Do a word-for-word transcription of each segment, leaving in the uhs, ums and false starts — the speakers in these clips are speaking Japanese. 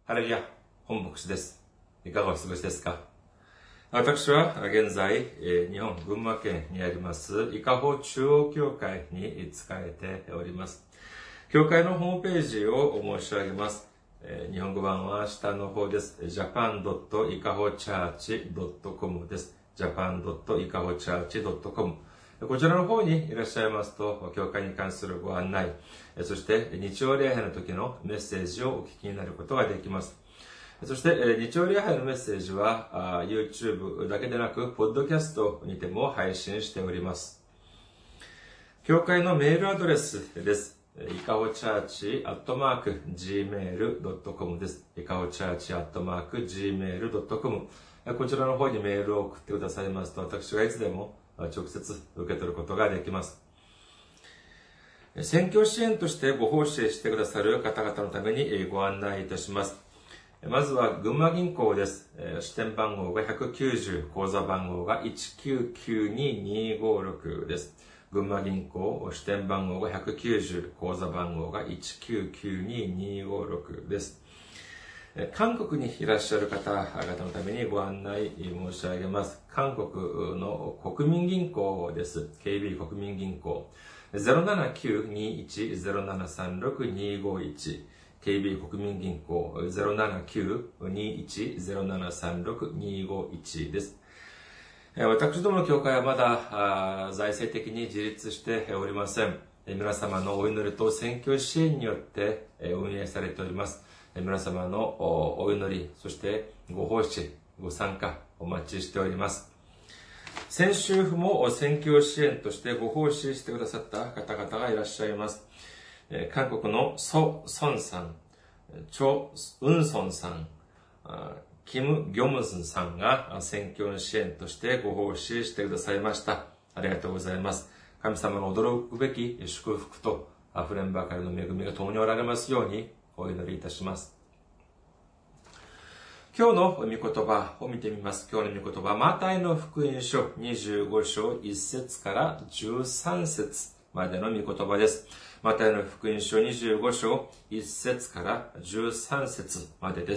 ハレルヤ、本牧師です。いかがお過ごしですか？私は現在、日本群馬県にあります伊香保中央教会に仕えております。教会のホームページを申し上げます。日本語版は下の方です。ジャパンドットイカホチャーチドットコム です。ジャパンドットイカホチャーチドットコム。こちらの方にいらっしゃいますと、教会に関するご案内、そして日曜礼拝の時のメッセージをお聞きになることができます。そして、日曜礼拝のメッセージは、YouTube だけでなく、ポッドキャストにても配信しております。教会のメールアドレスです。イカホチャーチアットマーク ジーメールドットコム です。イカホチャーチアットマーク ジーメールドットコム。こちらの方にメールを送ってくださいますと、私がいつでも直接受け取ることができます。選挙支援としてご奉仕してくださる方々のためにご案内いたします。まずは群馬銀行です。支店番号がひゃくきゅうじゅう、口座番号がいちきゅうきゅうににごろくです。群馬銀行支店番号がひゃくきゅうじゅう、口座番号がいちきゅうきゅうににごろくです。韓国にいらっしゃる方々のためにご案内申し上げます。韓国の国民銀行です。ケービー 国民銀行。ゼロななきゅうにいちゼロななさんろくにごいち。ケービー 国民銀行 ゼロななきゅうにいちゼロななさんろくにごいち です。私どもの教会はまだ財政的に自立しておりません。皆様のお祈りと選挙支援によって運営されております。皆様のお祈り、そしてご奉仕、ご参加お待ちしております。先週も選挙支援としてご奉仕してくださった方々がいらっしゃいます。韓国のソ・ソンさん、チョ・ウンソンさん、キム・ギョムスンさんが選挙支援としてご奉仕してくださいました。ありがとうございます。神様の驚くべき祝福と溢れんばかりの恵みが共におられますようにお祈りいたします。今日の御言葉を見てみます。今日の御言葉、マタイの福音書にじゅうご章いち節からじゅうさん節までの御言葉です。マタイの福音書にじゅうご章いち節からじゅうさん節までです。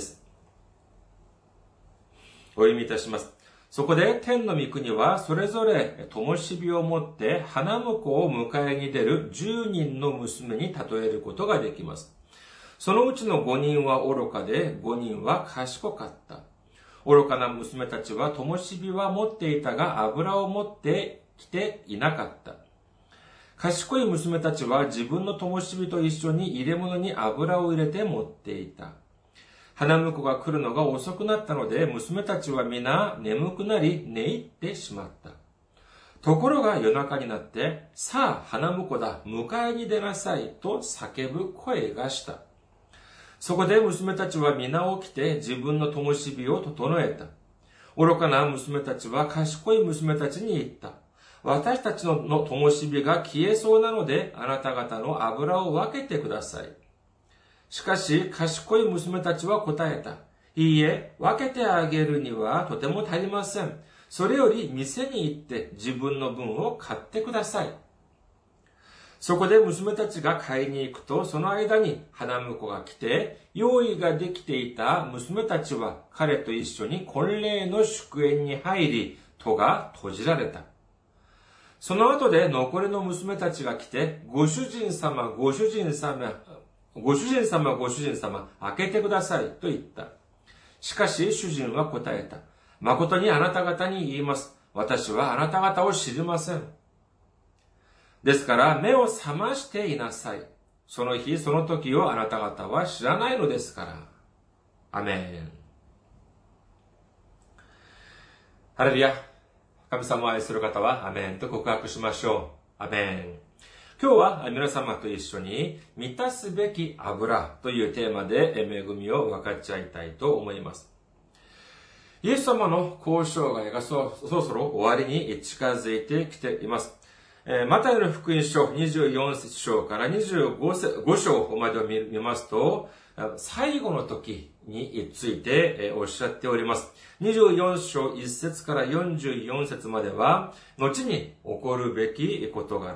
お読みいたします。そこで天の御国はそれぞれ灯火を持って花婿を迎えに出るじゅうにんの娘に例えることができます。そのうちのごにんは愚かで、ごにんは賢かった。愚かな娘たちは灯火は持っていたが油を持ってきていなかった。賢い娘たちは自分の灯火と一緒に入れ物に油を入れて持っていた。花婿が来るのが遅くなったので、娘たちは皆眠くなり寝入ってしまった。ところが夜中になって、さあ花婿だ、迎えに出なさいと叫ぶ声がした。そこで娘たちは皆起きて自分の灯火を整えた。愚かな娘たちは賢い娘たちに言った。私たちの灯火が消えそうなので、あなた方の油を分けてください。しかし、賢い娘たちは答えた。いいえ、分けてあげるにはとても足りません。それより店に行って自分の分を買ってください。そこで娘たちが買いに行くと、その間に花婿が来て、用意ができていた娘たちは彼と一緒に婚礼の祝宴に入り、戸が閉じられた。その後で残りの娘たちが来て、ご主人様、ご主人様、ご主人様、ご主人様、開けてくださいと言った。しかし主人は答えた。誠にあなた方に言います。私はあなた方を知りません。ですから目を覚ましていなさい。その日、その時をあなた方は知らないのですから。アメン。ハレルヤ。神様を愛する方はアメンと告白しましょう。アメン。今日は皆様と一緒に満たすべき油というテーマで恵みを分かち合いたいと思います。イエス様の交渉がそろそろ終わりに近づいてきています。マタイの福音書にじゅうよん章からにじゅうご章までを見ますと、最後の時についておっしゃっております。にじゅうよん章いち節からよんじゅうよん節までは、後に起こるべき事柄、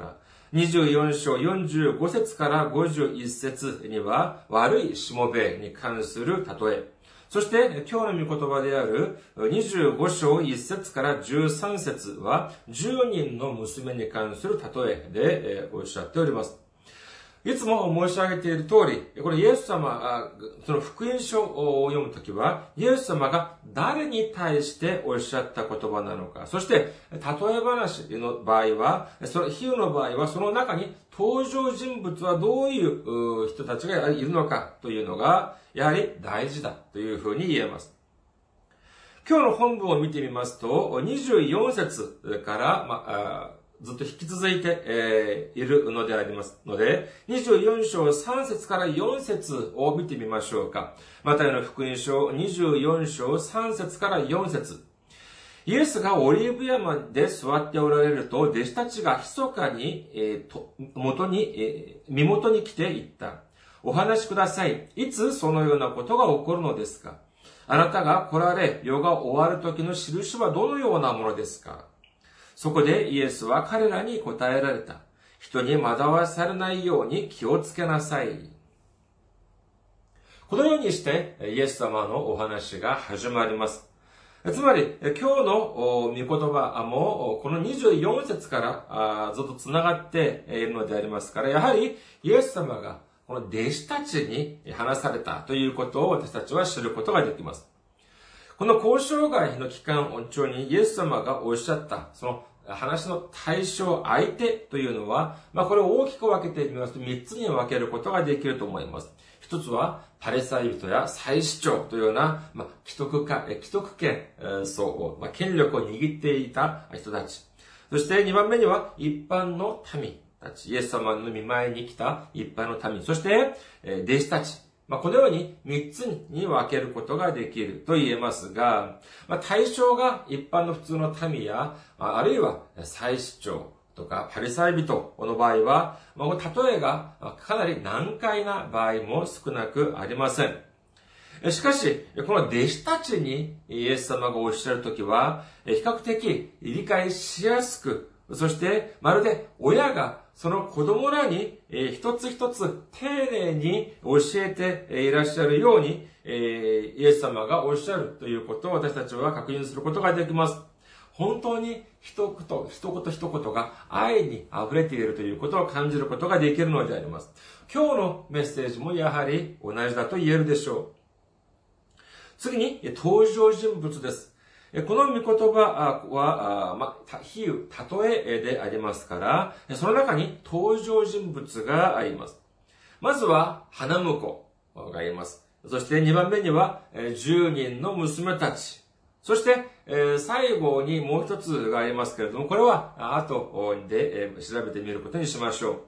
にじゅうよん章よんじゅうご節からごじゅういち節には悪いしもべに関する例え。そして今日の御言葉であるにじゅうご章いち節からじゅうさん節はじゅうにんの娘に関する例えでおっしゃっております。いつも申し上げている通り、これイエス様、その福音書を読むときは、イエス様が誰に対しておっしゃった言葉なのか、そして例え話の場合は、その比喩の場合は、その中に登場人物はどういう人たちがいるのかというのが、やはり大事だというふうに言えます。今日の本文を見てみますと、にじゅうよん節から、まあずっと引き続いて、えー、いるのでありますので、にじゅうよん章さん節からよん節を見てみましょうか。マタイの福音書にじゅうよん章さん節からよん節。イエスがオリーブ山で座っておられると、弟子たちが密かに、えー、と元に、えー、身元に来て言った。お話しください。いつそのようなことが起こるのですか？あなたが来られ、世が終わる時の印はどのようなものですか？そこでイエスは彼らに答えられた。人に惑わされないように気をつけなさい。このようにしてイエス様のお話が始まります。つまり今日の御言葉もこのにじゅうよん節からずっとつながっているのでありますから、やはりイエス様がこの弟子たちに話されたということを私たちは知ることができます。この交渉外の期間中にイエス様がおっしゃった、その話の対象、相手というのは、まあこれを大きく分けてみますとみっつに分けることができると思います。一つは、パリサイ人や祭司長というような、まあ、既得か、既得権層、まあ、権力を握っていた人たち。そして二番目には、一般の民たち。イエス様の御前に来た一般の民。そして、弟子たち。まあ、このように三つに分けることができると言えますが、まあ、対象が一般の普通の民や、あるいは祭司長とかパリサイ人の場合は、まあ、例えがかなり難解な場合も少なくありません。しかし、この弟子たちにイエス様がおっしゃるときは、比較的理解しやすく、そしてまるで親がその子供らに一つ一つ丁寧に教えていらっしゃるように、イエス様がおっしゃるということを私たちは確認することができます。本当に一言、一言一言が愛に溢れているということを感じることができるのであります。今日のメッセージもやはり同じだと言えるでしょう。次に登場人物です。この御言葉は、まあ、比喩、例えでありますから、その中に登場人物があります。まずは、花婿がいます。そしてにばんめには、じゅうにんの娘たち。そして、最後にもう一つがありますけれども、これは後で調べてみることにしましょう。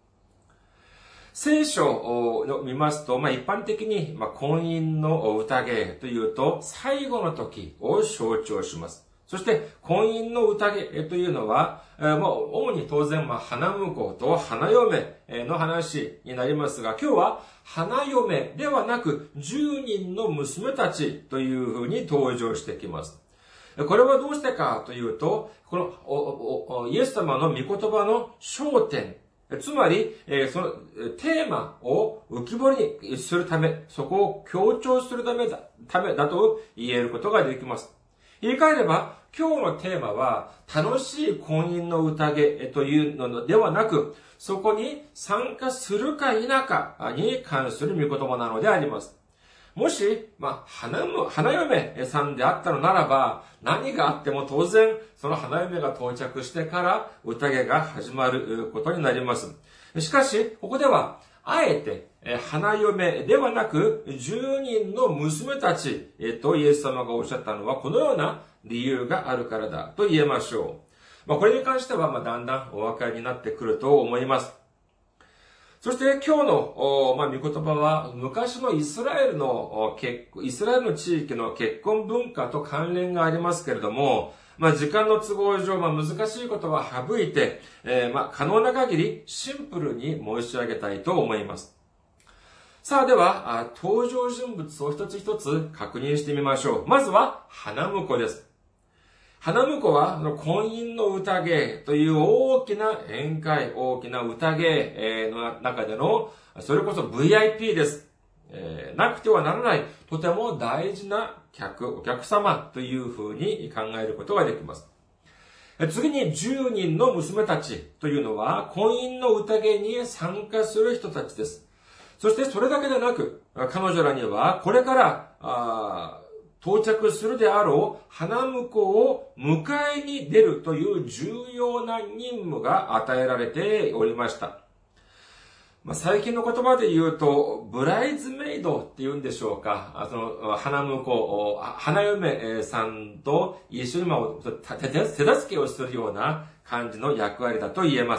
聖書を見ますと、まあ、一般的に、まあ、婚姻の宴というと、最後の時を象徴します。そして、婚姻の宴というのは、まあ、主に当然、まあ、花婿と花嫁の話になりますが、今日は花嫁ではなく、じゅうにんの娘たちというふうに登場してきます。これはどうしてかというと、このイエス様の御言葉の焦点、つまり、そのテーマを浮き彫りにするため、そこを強調するためだ、ためだと言えることができます。言い換えれば、今日のテーマは、楽しい婚姻の宴というのではなく、そこに参加するか否かに関する御言葉なのであります。もし、まあ、花、花嫁さんであったのならば、何があっても当然、その花嫁が到着してから宴が始まることになります。しかし、ここでは、あえて、花嫁ではなく、じゅうにんの娘たちとイエス様がおっしゃったのは、このような理由があるからだと言えましょう。まあ、これに関しては、まあ、だんだんお分かりになってくると思います。そして今日の、まあ、御言葉は昔のイスラエルの結イスラエルの地域の結婚文化と関連がありますけれども、まあ、時間の都合上、まあ、難しいことは省いて、えー、まあ、可能な限りシンプルに申し上げたいと思います。さあ、では、登場人物を一つ一つ確認してみましょう。まずは、花婿です。 花婿は、婚姻の宴という大きな宴会、大きな宴の中での、それこそ ブイアイピー です。えー、なくてはならない、とても大事な客、お客様というふうに考えることができます。次にじゅうにんの娘たちというのは、婚姻の宴に参加する人たちです。そしてそれだけでなく、彼女らには、これから、あ到着するであろう花婿を迎えに出るという重要な任務が与えられておりました。まあ、最近の言葉で言うと、ブライズメイドって言うんでしょうか。その、花婿、花嫁さんと一緒に手助けをするような感じの役割だと言えます。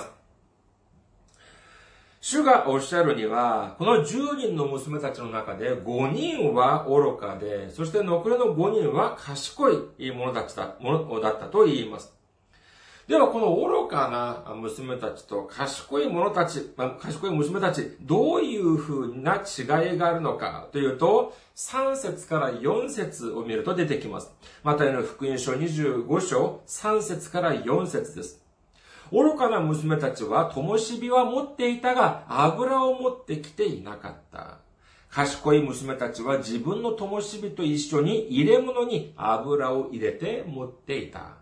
主がおっしゃるには、このじゅうにんの娘たちの中でごにんは愚かで、そして残りのごにんは賢い者たちだ、ものだったと言います。では、この愚かな娘たちと賢い者たち、賢い娘たち、どういう風な違いがあるのかというと、さん節からよん節を見ると出てきます。マタイの福音書にじゅうご章、さん節からよん節です。愚かな娘たちは、灯火は持っていたが、油を持ってきていなかった。賢い娘たちは自分の灯火と一緒に入れ物に油を入れて持っていた。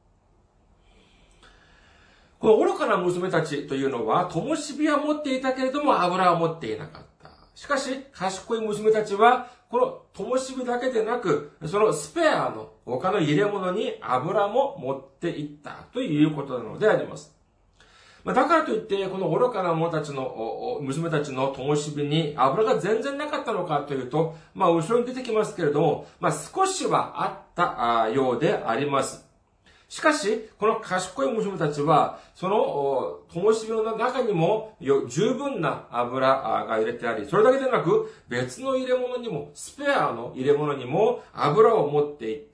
この愚かな娘たちというのは、灯火は持っていたけれども油は持っていなかった。しかし、賢い娘たちは、この灯火だけでなく、そのスペアの他の入れ物に油も持っていったということなのであります。だからといって、この愚かな者たちの、娘たちの灯火に油が全然なかったのかというと、まあ、後ろに出てきますけれども、まあ、少しはあったようであります。しかし、この賢い娘たちは、その、灯火の中にも十分な油が入れてあり、それだけでなく、別の入れ物にも、スペアの入れ物にも油を持っていって、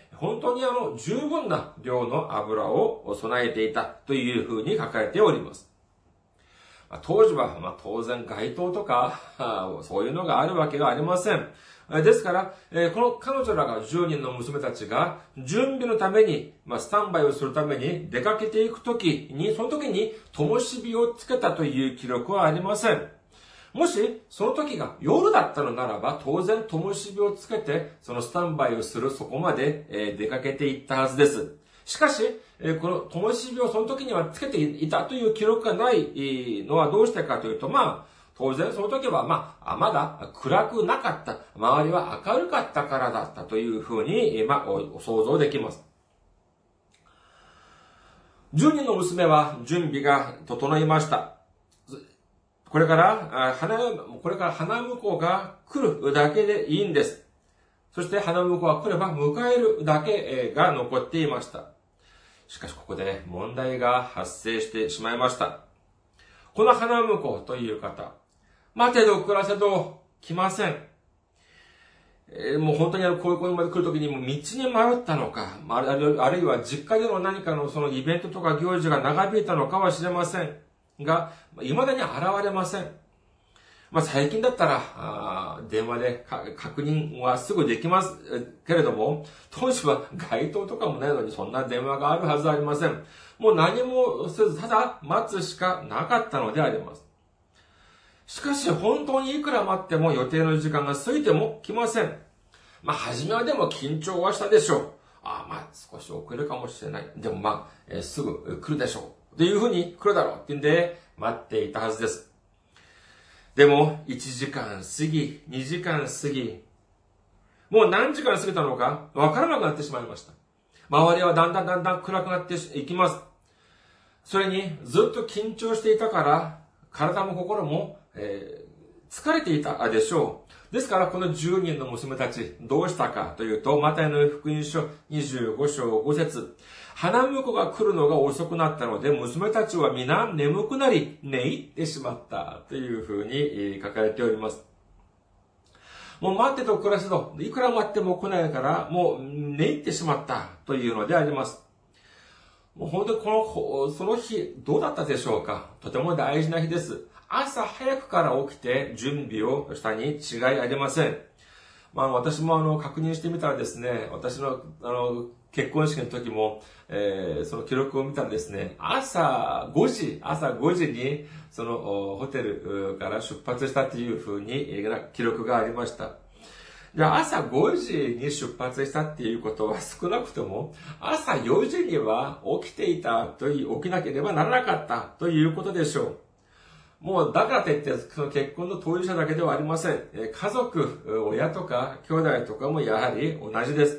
本当にあの、十分な量の油を備えていたというふうに書かれております。当時は、まあ、当然街灯とか、そういうのがあるわけがありません。ですから、この彼女らがじゅうにんの娘たちが準備のために、まあ、スタンバイをするために出かけていくときに、その時に灯火をつけたという記録はありません。もし、その時が夜だったのならば、当然灯火をつけて、そのスタンバイをするそこまで出かけていったはずです。しかし、この灯火をその時にはつけていたという記録がないのはどうしてかというと、まあ、当然その時は、まあ、まだ暗くなかった。周りは明るかったからだったというふうに、まあ、想像できます。じゅうにんの娘は準備が整いました。これから、花、これから花婿が来るだけでいいんです。そして花婿が来れば迎えるだけが残っていました。しかしここで問題が発生してしまいました。この花婿という方、待てど暮らせど来ません。えー、もう本当にこういう声まで来るときにもう道に迷ったのか、ある、あるいは実家での何かのそのイベントとか行事が長引いたのかは知れませんが、未だに現れません。まあ最近だったら、あ電話で確認はすぐできますけれども、当時は街灯とかもないのにそんな電話があるはずありません。もう何もせず、ただ待つしかなかったのであります。しかし本当にいくら待っても予定の時間が過ぎても来ません。まあ初めはでも緊張はしたでしょう。ああまあ少し遅れるかもしれない。でもまあ、えー、すぐ来るでしょう。というふうに来るだろうっていうんで待っていたはずです。でもいちじかん過ぎ、にじかん過ぎ、もう何時間過ぎたのかわからなくなってしまいました。周りはだんだんだんだん暗くなっていきます。それにずっと緊張していたから、体も心も、えー、疲れていたでしょう。ですからこのじゅうにんの娘たちどうしたかというと、マタイの福音書にじゅうご章ご節、花婿が来るのが遅くなったので、娘たちは皆眠くなり寝入ってしまったというふうに書かれております。もう待ってと暮らせど、いくら待っても来ないから、もう寝入ってしまったというのであります。もう本当にこの、その日どうだったでしょうか。とても大事な日です。朝早くから起きて準備をしたに違いありません。 まあ、私もあの、確認してみたらですね、私の、あの、結婚式の時も、えー、その記録を見たらですね、朝ごじ、朝ごじに、その、ホテルから出発したというふうに、記録がありました。じゃあ朝ごじに出発したっていうことは少なくとも朝よじには起きていたという、起きなければならなかったということでしょう。もうだからといってその結婚の当事者だけではありません。家族、親とか兄弟とかもやはり同じです。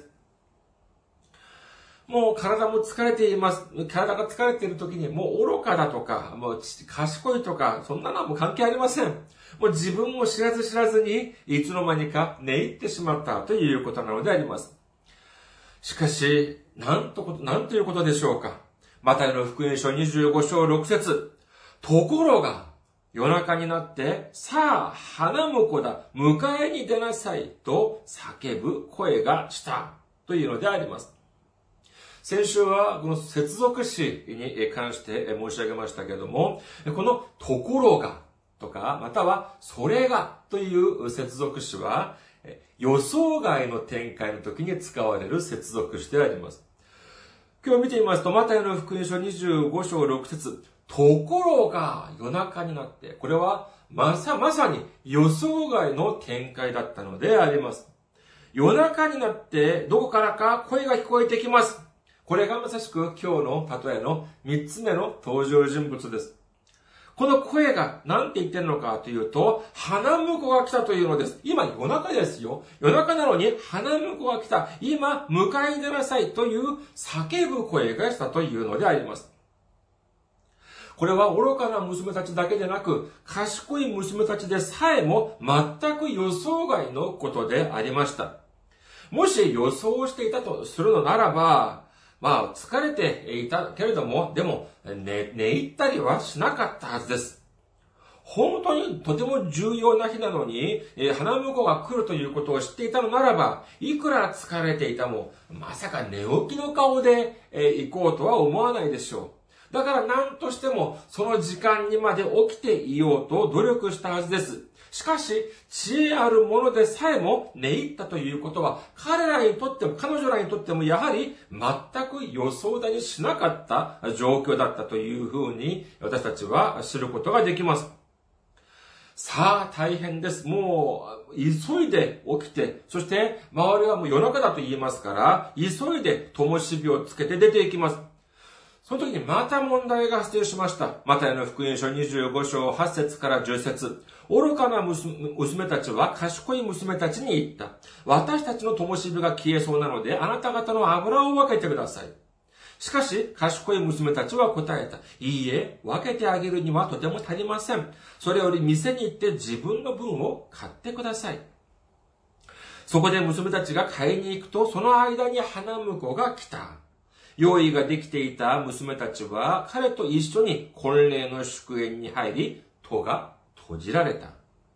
もう体も疲れています。体が疲れている時にもう愚かだとか、もう賢いとか、そんなのはもう関係ありません。もう自分も知らず知らずに、いつの間にか寝入ってしまったということなのであります。しかし、なんと、なんということでしょうか。マタイの福音書にじゅうご章ろく節。ところが、夜中になって、さあ、花婿だ、迎えに出なさい、と叫ぶ声がした、というのであります。先週はこの接続詞に関して申し上げましたけれども、このところがとか、またはそれがという接続詞は予想外の展開の時に使われる接続詞であります。今日見てみますと、マタイの福音書にじゅうご章ろく節、ところが夜中になって、これはまさ、まさに予想外の展開だったのであります。夜中になってどこからか声が聞こえてきます。これがまさしく今日の例えの三つ目の登場人物です。この声が何て言ってるのかというと、花婿が来たというのです。今夜中ですよ。夜中なのに花婿が来た。今迎えに出なさいという叫ぶ声がしたというのであります。これは愚かな娘たちだけでなく、賢い娘たちでさえも全く予想外のことでありました。もし予想していたとするのならば、まあ、疲れていたけれども、でも、寝、寝入ったりはしなかったはずです。本当にとても重要な日なのに、花婿が来るということを知っていたのならば、いくら疲れていたも、まさか寝起きの顔で行こうとは思わないでしょう。だから何としても、その時間にまで起きていようと努力したはずです。しかし、知恵あるものでさえも寝入ったということは、彼らにとっても、彼女らにとってもやはり全く予想だにしなかった状況だったというふうに私たちは知ることができます。さあ、大変です。もう、急いで起きて、そして周りはもう夜中だと言いますから、急いで灯火をつけて出ていきます。その時にまた問題が発生しました。マタイの福音書にじゅうご章はち節からじゅう節。愚かな娘たちは賢い娘たちに言った。私たちの灯火が消えそうなので、あなた方の油を分けてください。しかし、賢い娘たちは答えた。いいえ、分けてあげるにはとても足りません。それより店に行って自分の分を買ってください。そこで娘たちが買いに行くと、その間に花婿が来た。用意ができていた娘たちは彼と一緒に婚礼の祝宴に入り、戸が閉じられた。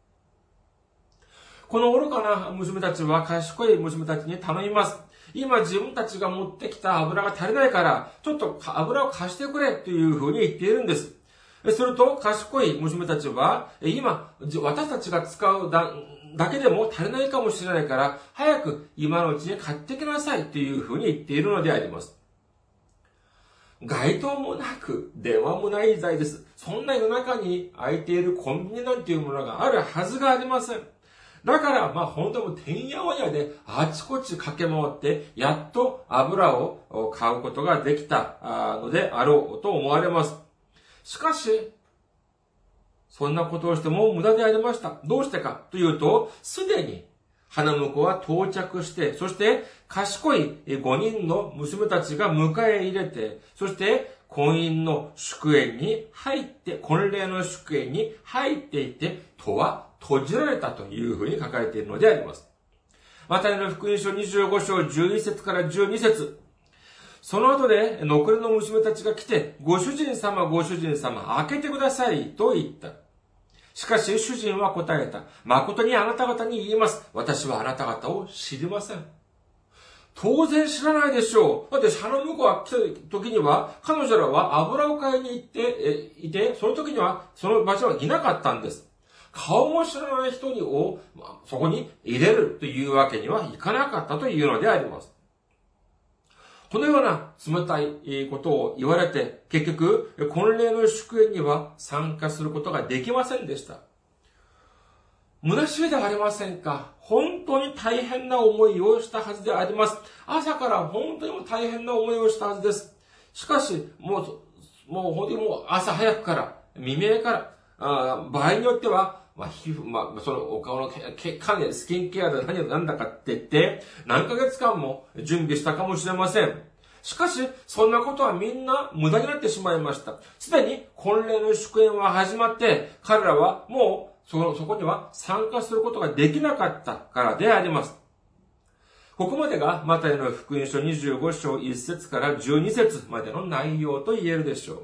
この愚かな娘たちは賢い娘たちに頼みます。今自分たちが持ってきた油が足りないから、ちょっと油を貸してくれというふうに言っているんです。すると賢い娘たちは、今私たちが使うだだけでも足りないかもしれないから、早く今のうちに買ってきなさいというふうに言っているのであります。街灯もなく、電話もない時代です。そんな夜中に空いているコンビニなんていうものがあるはずがありません。だから、まあ本当にてんやわんやであちこち駆け回って、やっと油を買うことができたのであろうと思われます。しかし、そんなことをしても無駄でありました。どうしてかというと、すでに花婿は到着して、そして賢いごにんの娘たちが迎え入れて、そして婚姻の祝宴に入って、婚礼の祝宴に入っていて、戸は閉じられたというふうに書かれているのであります。マタイの福音書にじゅうご章じゅういち節からじゅうに節。その後で残りの娘たちが来て、ご主人様、ご主人様、開けてくださいと言った。しかし主人は答えた。誠にあなた方に言います。私はあなた方を知りません。当然知らないでしょう。だって花婿が来た時には、彼女らは油を買いに行っていて、その時にはその場所はいなかったんです。 顔も知らない人にを、まあ、そこに入れるというわけにはいかなかったというのであります。このような冷たいことを言われて、結局、婚礼の祝宴には参加することができませんでした。虚しいではありませんか。本当に大変な思いをしたはずであります。朝から本当に大変な思いをしたはずです。しかし、もう、もう本当にもう朝早くから、未明から、あ場合によっては、まあ、皮膚、まあ、そのお顔の血管でスキンケアで何をなんだかって言って、何ヶ月間も準備したかもしれません。しかし、そんなことはみんな無駄になってしまいました。すでに婚礼の祝宴は始まって、彼らはもうその、そこには参加することができなかったからであります。ここまでがマタイの福音書にじゅうご章いち節からじゅうに節までの内容と言えるでしょう。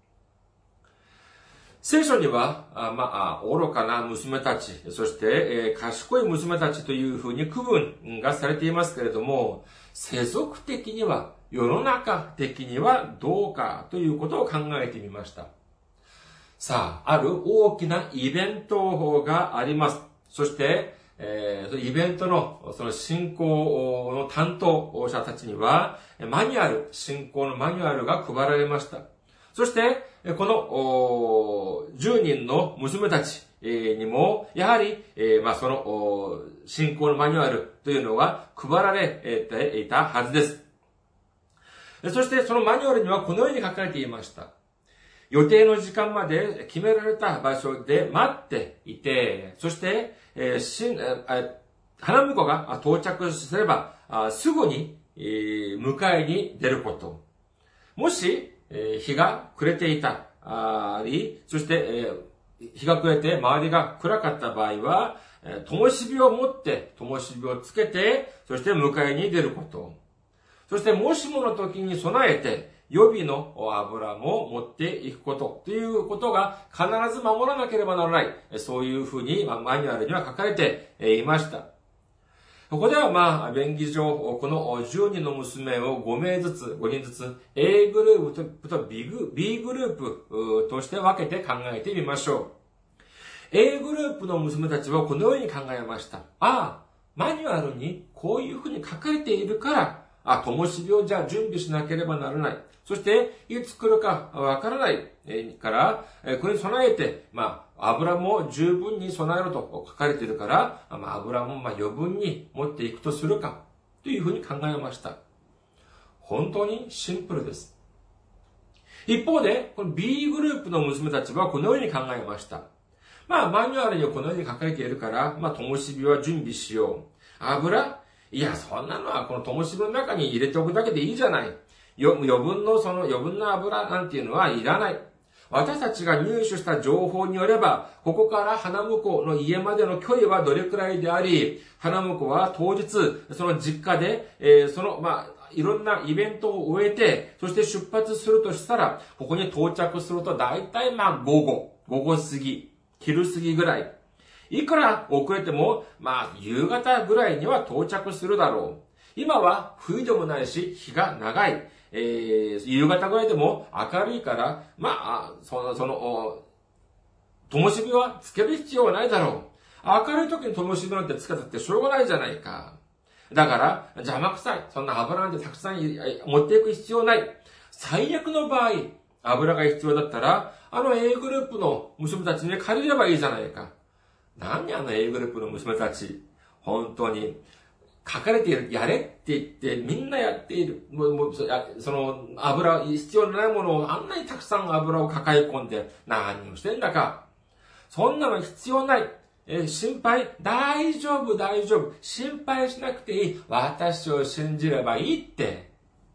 聖書には、あまあ、愚かな娘たち、そして、えー、賢い娘たちというふうに区分がされていますけれども、世俗的には、世の中的にはどうかということを考えてみました。さあ、ある大きなイベントがあります。そして、えー、イベントのその進行の担当者たちには、マニュアル、進行のマニュアルが配られました。そして、このじゅうにんの娘たちにも、やはり、まあ、その進行のマニュアルというのが配られていたはずです。そして、そのマニュアルにはこのように書かれていました。予定の時間まで決められた場所で待っていて、そして、えー、しん花婿が到着すれば、すぐに、えー、迎えに出ること。もし、えー、日が暮れていたり、そして、えー、日が暮れて周りが暗かった場合は、えー、灯火を持って、灯火をつけて、そして迎えに出ること。そして、もしもの時に備えて、予備の油も持っていくことということが必ず守らなければならない。そういうふうにマニュアルには書かれていました。ここではまあ、便宜上、このじゅうにんの娘をご名ずつ、ごにんずつ、A グループと B グループとして分けて考えてみましょう。A グループの娘たちはこのように考えました。ああ、マニュアルにこういうふうに書かれているから、あ、灯火をじゃあ準備しなければならない。そして、いつ来るかわからないから、これに備えて、まあ、油も十分に備えろと書かれているから、まあ、油もまあ余分に持っていくとするか、というふうに考えました。本当にシンプルです。一方で、この B グループの娘たちはこのように考えました。まあ、マニュアルにはこのように書かれているから、まあ、灯火は準備しよう。油？いや、そんなのはこの灯火の中に入れておくだけでいいじゃない。余分の、その余分な油なんていうのはいらない。私たちが入手した情報によれば、ここから花婿の家までの距離はどれくらいであり、花婿は当日、その実家で、えー、その、まあ、いろんなイベントを終えて、そして出発するとしたら、ここに到着すると大体まあ午後、午後過ぎ、昼過ぎぐらい。いくら遅れても、まあ夕方ぐらいには到着するだろう。今は冬でもないし、日が長い。えー、夕方ぐらいでも明るいから、まあ、その、その、灯火はつける必要はないだろう。明るい時に灯火なんてつけたってしょうがないじゃないか。だから、邪魔くさい。そんな油なんてたくさん持っていく必要ない。最悪の場合、油が必要だったら、あの A グループの娘たちに借りればいいじゃないか。何あの A グループの娘たち。本当に。書かれている、やれって言って、みんなやっている。もう、もう、その、油、必要ないものを、あんなにたくさん油を抱え込んで、何をしてんだか。そんなの必要ない。えー、心配、大丈夫、大丈夫。心配しなくていい。私を信じればいいって。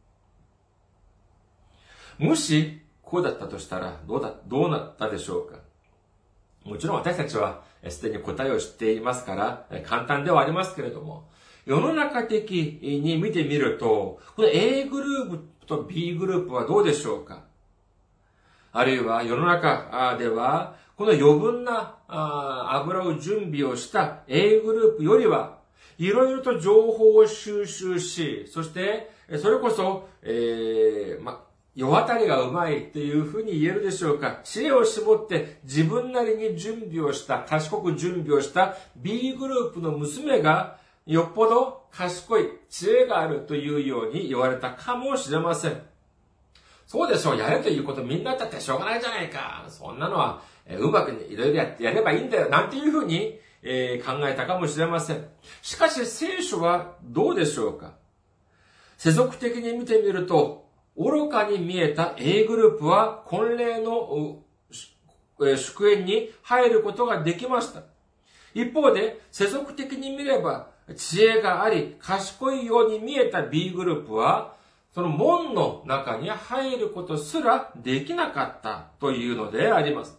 もし、こうだったとしたら、どうだ、どうなったでしょうか。もちろん私たちは、すでに答えを知っていますから、簡単ではありますけれども、世の中的に見てみると、この A グループと B グループはどうでしょうか。あるいは世の中では、この余分な油を準備をした A グループよりは、いろいろと情報を収集し、そして、それこそ、えー、ま、 世渡りがうまいというふうに言えるでしょうか。知恵を絞って自分なりに準備をした、賢く準備をした B グループの娘がよっぽど賢い、知恵があるというように言われたかもしれません。そうでしょう、やれということみんなだってしょうがないじゃないか。そんなのは、えー、うまくいろいろやってやればいいんだよ、なんていうふうに、えー、考えたかもしれません。しかし聖書はどうでしょうか。世俗的に見てみると、愚かに見えた A グループは婚礼の祝宴に入ることができました。一方で、世俗的に見れば知恵があり賢いように見えた B グループは、その門の中に入ることすらできなかったというのであります。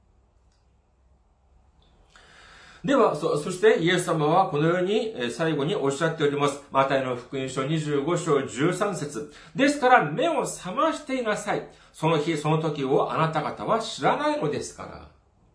では、そ、そしてイエス様はこのように最後におっしゃっております。マタイの福音書にじゅうご章じゅうさん節。ですから目を覚ましていなさい。その日、その時をあなた方は知らないのですから。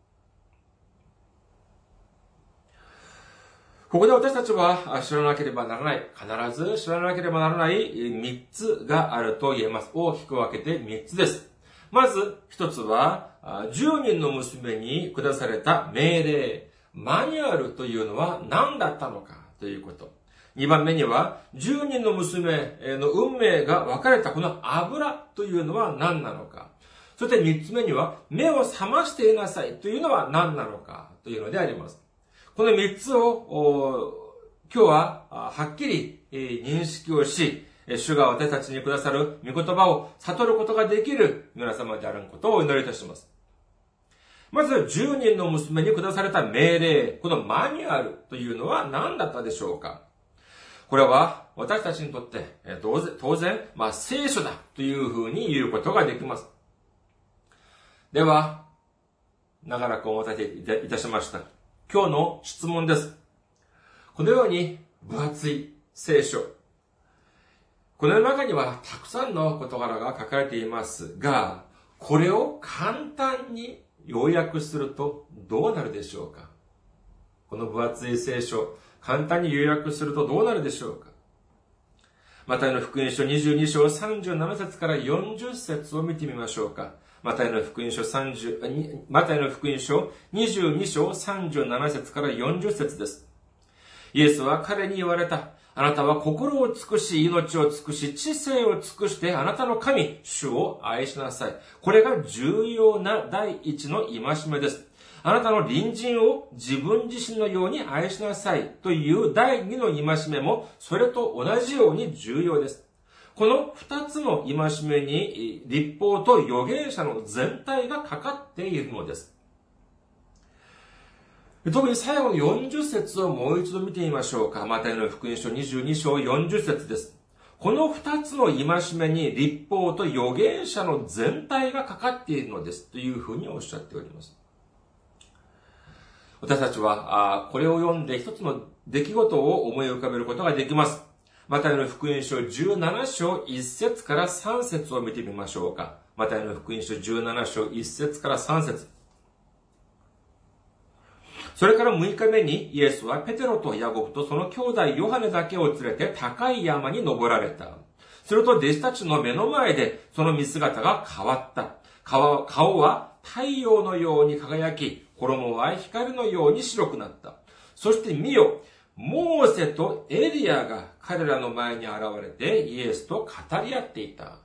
ここで私たちは知らなければならない、必ず知らなければならない三つがあると言えます。大きく分けて三つです。まず一つは、十人の娘に下された命令。マニュアルというのは何だったのかということ。二番目には、十人の娘の運命が分かれたこの油というのは何なのか。そして三つ目には、目を覚ましていなさいというのは何なのかというのであります。この三つを、今日ははっきり認識をし、主が私たちにくださる御言葉を悟ることができる皆様であることをお祈りいたします。まず、十人の娘に下された命令、このマニュアルというのは何だったでしょうか。これは私たちにとって当然、まあ、聖書だというふうに言うことができます。では、長らくお待たせいたしました。今日の質問です。このように分厚い聖書。この中にはたくさんの事柄が書かれていますが、これを簡単に要約するとどうなるでしょうか。この分厚い聖書、簡単に要約するとどうなるでしょうか。マタイの福音書にじゅうに章さんじゅうなな節からよんじゅう節を見てみましょうか。マタイの福音書30、マタイの福音書にじゅうに章さんじゅうなな節からよんじゅう節です。イエスは彼に言われた。あなたは心を尽くし、命を尽くし、知性を尽くして、あなたの神、主を愛しなさい。これが重要な第一の戒めです。あなたの隣人を自分自身のように愛しなさいという第二の戒めも、それと同じように重要です。この二つの戒めに、律法と預言者の全体がかかっているのです。特に最後のよんじゅう節をもう一度見てみましょうか。マタイの福音書にじゅうに章よんじゅう節です。この二つの戒めに律法と預言者の全体がかかっているのですというふうにおっしゃっております。私たちはこれを読んで一つの出来事を思い浮かべることができます。マタイの福音書じゅうなな章いち節からさん節を見てみましょうか。マタイの福音書じゅうなな章いち節からさん節。それからむいかめにイエスはペテロとヤコブとその兄弟ヨハネだけを連れて高い山に登られた。すると弟子たちの目の前でその見姿が変わった。顔, 顔は太陽のように輝き、衣は光のように白くなった。そして見よ、モーセとエリアが彼らの前に現れてイエスと語り合っていた。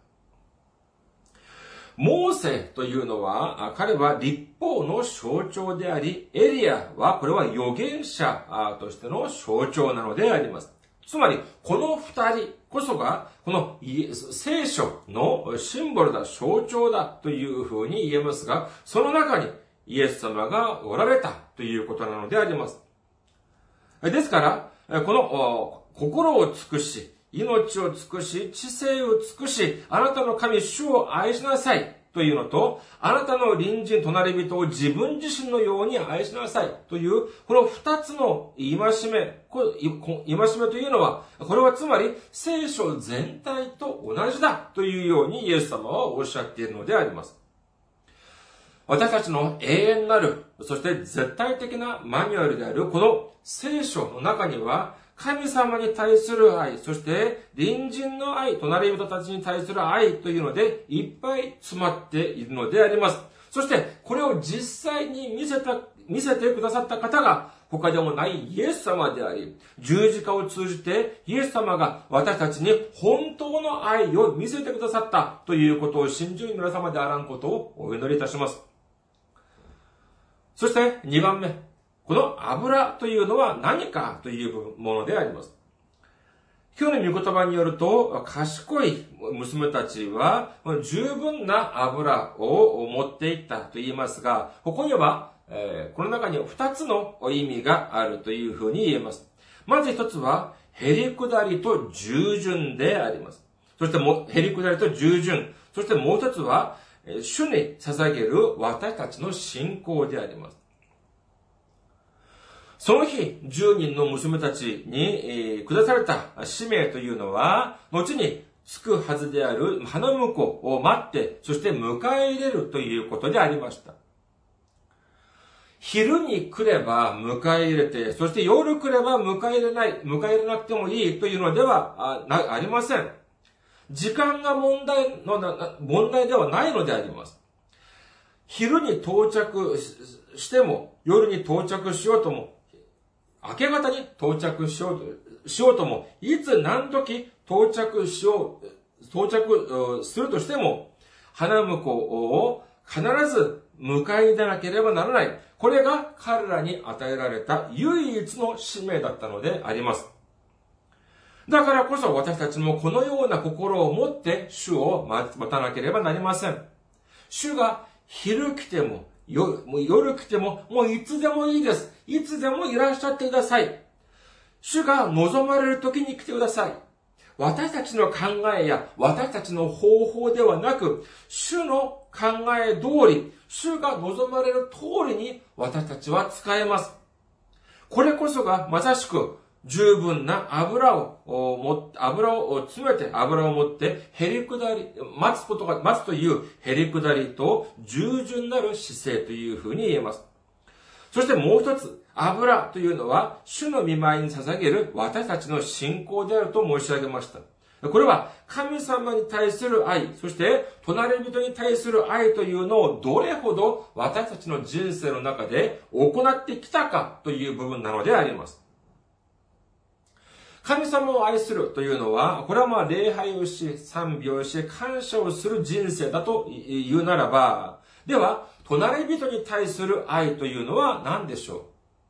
モーセというのは、彼は律法の象徴であり、エリアはこれは預言者としての象徴なのであります。つまり、この二人こそが、この聖書のシンボルだ、象徴だというふうに言えますが、その中にイエス様がおられたということなのであります。ですから、この心を尽くし、命を尽くし、知性を尽くし、あなたの神、主を愛しなさいというのと、あなたの隣人、隣人を自分自身のように愛しなさいという、この二つの戒め、戒めというのは、これはつまり聖書全体と同じだというようにイエス様はおっしゃっているのであります。私たちの永遠なる、そして絶対的なマニュアルであるこの聖書の中には、 神様に対する愛、そして隣人の愛、隣人たちに対する愛というのでいっぱい詰まっているのであります。そしてこれを実際に見せた、見せてくださった方が他でもないイエス様であり、十字架を通じてイエス様が私たちに本当の愛を見せてくださったということを信じる皆様であらんことをお祈りいたします。そしてにばんめ、この油というのは何かというものであります。今日の御言葉によると、賢い娘たちは十分な油を持っていったと言いますが、ここには、えー、この中には二つの意味があるというふうに言えます。まず一つは、へりくだりと従順であります。そしても、へりくだりと従順。そしてもう一つは、主に捧げる私たちの信仰であります。その日、十人の娘たちに下された使命というのは、後につくはずである花婿を待って、そして迎え入れるということでありました。昼に来れば迎え入れて、そして夜来れば迎え入れない、迎え入れなくてもいいというのでは あ, ありません。時間が問題の、問題ではないのであります。昼に到着しても、夜に到着しようとも、明け方に到着しようと、しようとも、いつ何時到着しよう、到着するとしても、花婿を必ず迎え入れなければならない。これが彼らに与えられた唯一の使命だったのであります。だからこそ私たちもこのような心を持って主を待たなければなりません。主が昼来ても、夜、夜来ても、もういつでもいいです。いつでもいらっしゃってください。主が望まれる時に来てください。私たちの考えや私たちの方法ではなく、主の考え通り、主が望まれる通りに私たちは使えます。これこそがまさしく十分な油を、油を詰めて、油を持って、へりくだり、待つことが、待つというへりくだりと従順なる姿勢というふうに言えます。そしてもう一つ、油というのは、主の御前に捧げる私たちの信仰であると申し上げました。これは、神様に対する愛、そして、隣人に対する愛というのをどれほど私たちの人生の中で行ってきたかという部分なのであります。神様を愛するというのは、これはまあ礼拝をし、賛美をし、感謝をする人生だと言うならば、では、隣人に対する愛というのは何でしょう？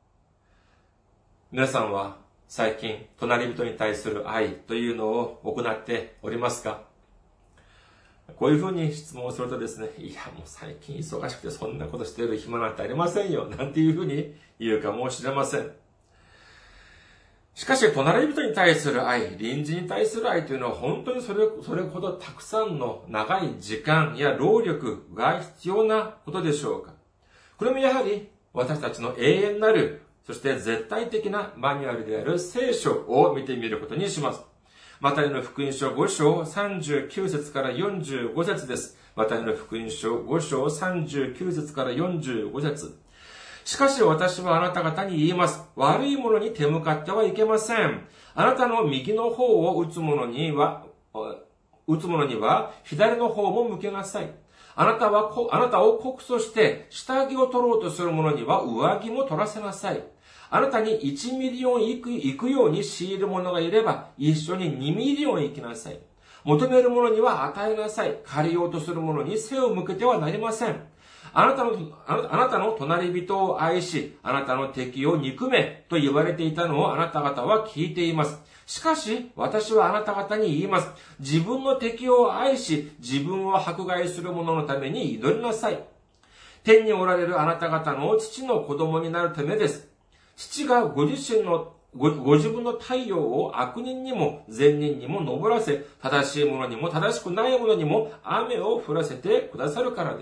皆さんは最近、隣人に対する愛というのを行っておりますか？こういうふうに質問をするとですね、いやもう最近忙しくてそんなことしている暇なんてありませんよ、なんていうふうに言うかもしれません。しかし、隣人に対する愛、隣人に対する愛というのは本当にそれ、それほどたくさんの長い時間や労力が必要なことでしょうか？これもやはり私たちの永遠なる、そして絶対的なマニュアルである聖書を見てみることにします。マタイの福音書ご章さんじゅうきゅう節からよんじゅうご節です。マタイの福音書ご章さんじゅうきゅう節からよんじゅうご節。しかし私はあなた方に言います。悪いものに手向かってはいけません。あなたの右の方を打つ者には、打つ者には左の方も向けなさい。あなたは、あなたを告訴して下着を取ろうとする者には上着も取らせなさい。あなたにいちミリオン行く、行くように強いる者がいれば一緒ににミリオン行きなさい。求める者には与えなさい。借りようとする者に背を向けてはなりません。あなたの、あなたの隣人を愛し、あなたの敵を憎めと言われていたのをあなた方は聞いています。しかし、私はあなた方に言います。自分の敵を愛し、自分を迫害する者のために祈りなさい。天におられるあなた方の父の子供になるためです。父がご自身のご、ご自分の太陽を悪人にも善人にも昇らせ、正しい者にも正しくない者にも雨を降らせてくださるからです。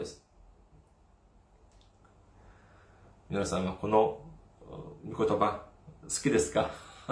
皆さんはこの御言葉好きですか？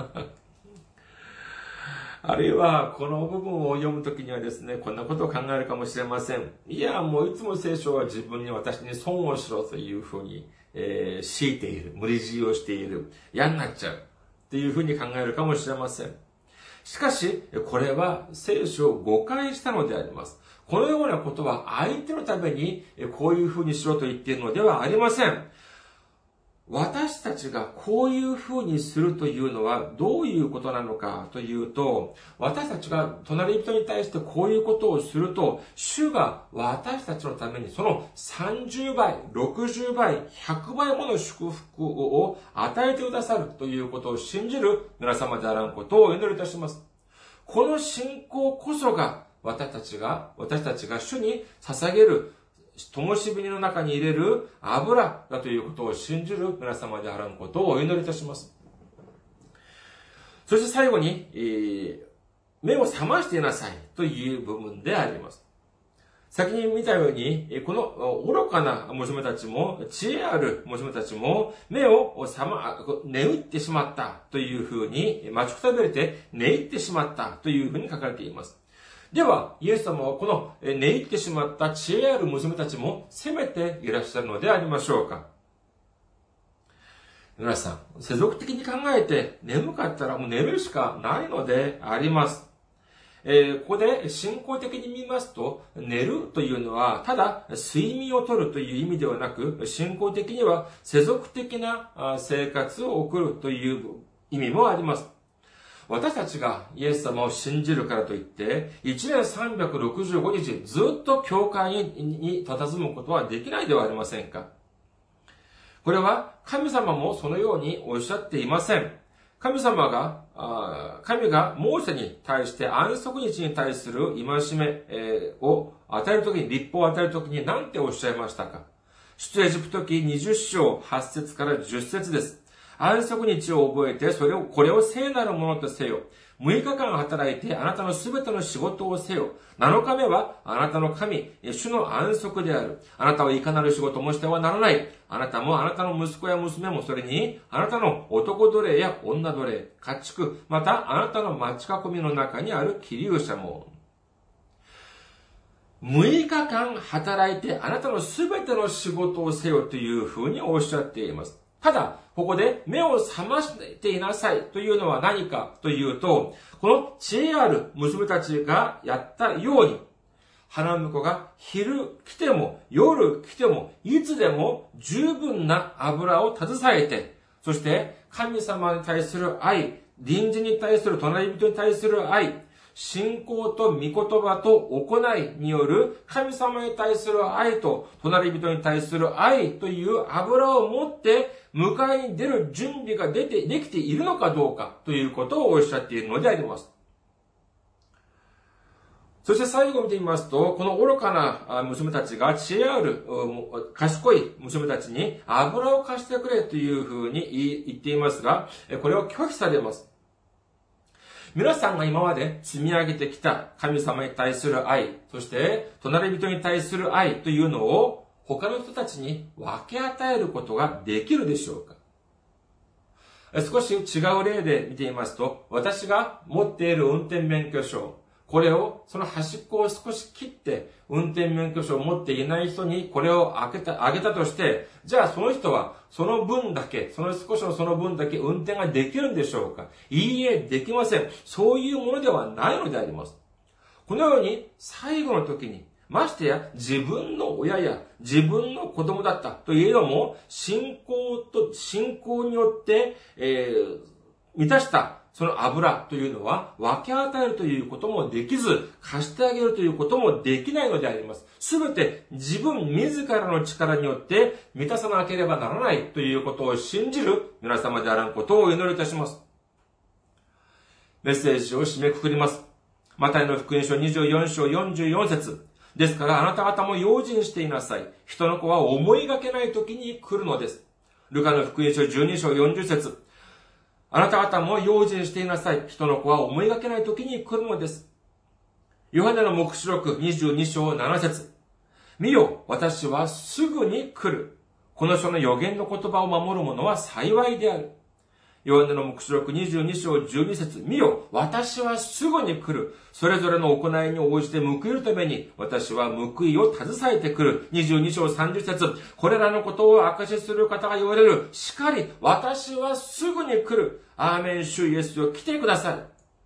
あるいはこの部分を読むときにはですね、こんなことを考えるかもしれません。いや、もういつも聖書は自分に私に損をしろというふうに、えー、強いている。無理強いをしている。嫌になっちゃう。 っていうふうに考えるかもしれません。しかし、これは聖書を誤解したのであります。このようなことは相手のためにこういうふうにしろと言っているのではありません。私たちがこういうふうにするというのはどういうことなのかというと、私たちが隣人に対してこういうことをすると、主が私たちのためにそのさんじゅうばい、ろくじゅうばい、ひゃくばいもの祝福を与えてくださるということを信じる皆様であらんことをお祈りいたします。この信仰こそが私たちが、私たちが主に捧げる灯火の中に入れる油だということを信じる皆様であらんことをお祈りいたします。そして最後に、えー、目を覚ましていなさいという部分であります。先に見たように、この愚かな娘たちも、知恵ある娘たちも、目を覚ま、寝入ってしまったというふうに、待ちくたびれて寝入ってしまったというふうに書かれています。では、イエス様はこの寝入ってしまった知恵ある娘たちも責めていらっしゃるのでありましょうか。皆さん、世俗的に考えて眠かったらもう寝るしかないのであります。えー、ここで信仰的に見ますと、寝るというのはただ睡眠をとるという意味ではなく、信仰的には世俗的な生活を送るという意味もあります。私たちがイエス様を信じるからといって、いちねんさんびゃくろくじゅうごにちずっと教会に佇むことはできないではありませんか。これは神様もそのようにおっしゃっていません。神様が、神がモーセに対して安息日に対する戒めを与えるときに、律法を与えるときに何ておっしゃいましたか。出エジプト記にじゅっしょうはちせつからじゅっせつです。安息日を覚えて、それを、これを聖なるものとせよ。むいかかん働いて、あなたのすべての仕事をせよ。なのかめは、あなたの神、主の安息である。あなたはいかなる仕事もしてはならない。あなたも、あなたの息子や娘も、それに、あなたの男奴隷や女奴隷、家畜、また、あなたの町囲みの中にある寄留者も。むいかかん働いて、あなたのすべての仕事をせよというふうにおっしゃっています。ただ、ここで目を覚ましていなさいというのは何かというと、この知恵ある娘たちがやったように、花婿が昼来ても夜来てもいつでも十分な油を携えて、そして神様に対する愛、隣人に対する隣人に対する愛、信仰と御言葉と行いによる神様に対する愛と隣人に対する愛という油を持って迎えに出る準備が出て、できているのかどうかということをおっしゃっているのであります。そして最後を見てみますと、この愚かな娘たちが知恵ある賢い娘たちに油を貸してくれというふうに言っていますが、これを拒否されます。皆さんが今まで積み上げてきた神様に対する愛、そして隣人に対する愛というのを他の人たちに分け与えることができるでしょうか。少し違う例で見てみますと、私が持っている運転免許証、これを、その端っこを少し切って、運転免許証を持っていない人にこれをあげた、あげたとして、じゃあその人はその分だけ、その少しのその分だけ運転ができるんでしょうか。いいえ、できません。そういうものではないのであります。このように、最後の時に、ましてや自分の親や自分の子供だったというのも、信仰と、信仰によって、えー、満たしたその油というのは分け与えるということもできず、貸してあげるということもできないのであります。すべて自分自らの力によって満たさなければならないということを信じる皆様であらんことをお祈りいたします。メッセージを締めくくります。マタイの福音書にじゅうよんしょうよんじゅうよんせつ。ですからあなた方も用心していなさい。人の子は思いがけない時に来るのです。ルカの福音書じゅうにしょうよんじゅっせつ。あなた方も用心していなさい。人の子は思いがけない時に来るのです。ヨハネの黙示録にじゅうにしょうななせつ。見よ、私はすぐに来る。この書の予言の言葉を守る者は幸いである。 ヨハネの黙示録にじゅうに章じゅうに節、見よ、私はすぐに来る。それぞれの行いに応じて報いるために、私は報いを携えてくる。にじゅうに章さんじゅう節、これらのことを証しする方が言われる。しかり、私はすぐに来る。アーメン、主イエスよ、来てください。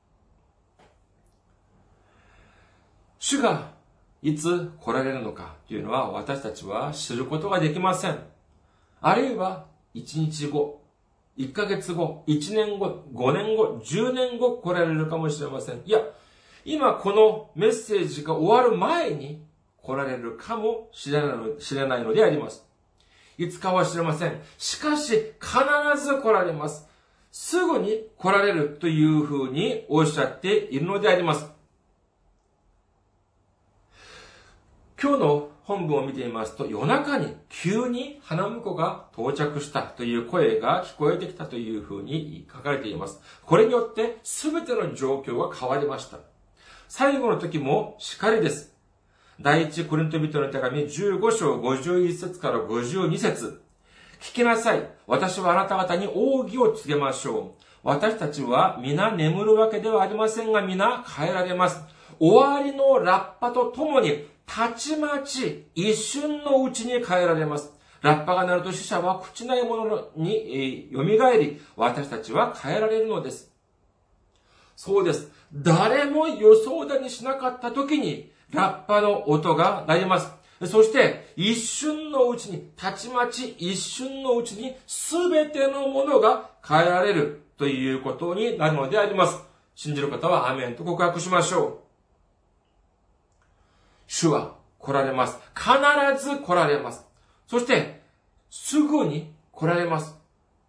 主がいつ来られるのかというのは私たちは知ることができません。あるいはいちにちご、いっかげつご、いちねんご、ごねんご、じゅうねんご来られるかもしれません。いや、今このメッセージが終わる前に来られるかもしれないの、知れないのであります。いつかは知れません。しかし必ず来られます。すぐに来られるというふうにおっしゃっているのであります。今日の本文を見てみますと、夜中に急に花婿が到着したという声が聞こえてきたというふうに書かれています。これによって全ての状況が変わりました。最後の時もしかりです。第一コリント人の手紙じゅうご章ごじゅういち節からごじゅうに節。聞きなさい。私はあなた方に奥義を告げましょう。私たちは皆眠るわけではありませんが皆変えられます。終わりのラッパとともにたちまち一瞬のうちに変えられます。ラッパが鳴ると死者は朽ちないものに、えー、蘇り、私たちは変えられるのです。そうです。誰も予想だにしなかった時にラッパの音が鳴ります。そして一瞬のうちに、たちまち一瞬のうちに全てのものが変えられるということになるのであります。信じる方はアーメンと告白しましょう。主は来られます。必ず来られます。そして、すぐに来られます。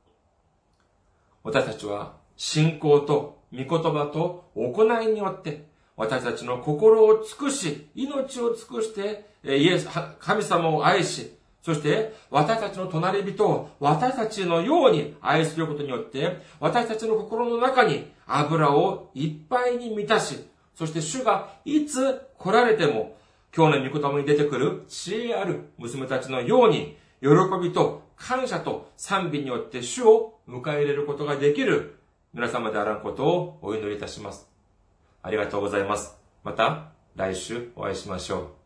私たちは信仰と御言葉と行いによって、私たちの心を尽くし、命を尽くして、イエス、神様を愛し、そして私たちの隣人を私たちのように愛することによって、私たちの心の中に油をいっぱいに満たし、そして主がいつ来られても、今日の御言葉に出てくる知恵ある娘たちのように、喜びと感謝と賛美によって主を迎え入れることができる皆様であらんことをお祈りいたします。ありがとうございます。また来週お会いしましょう。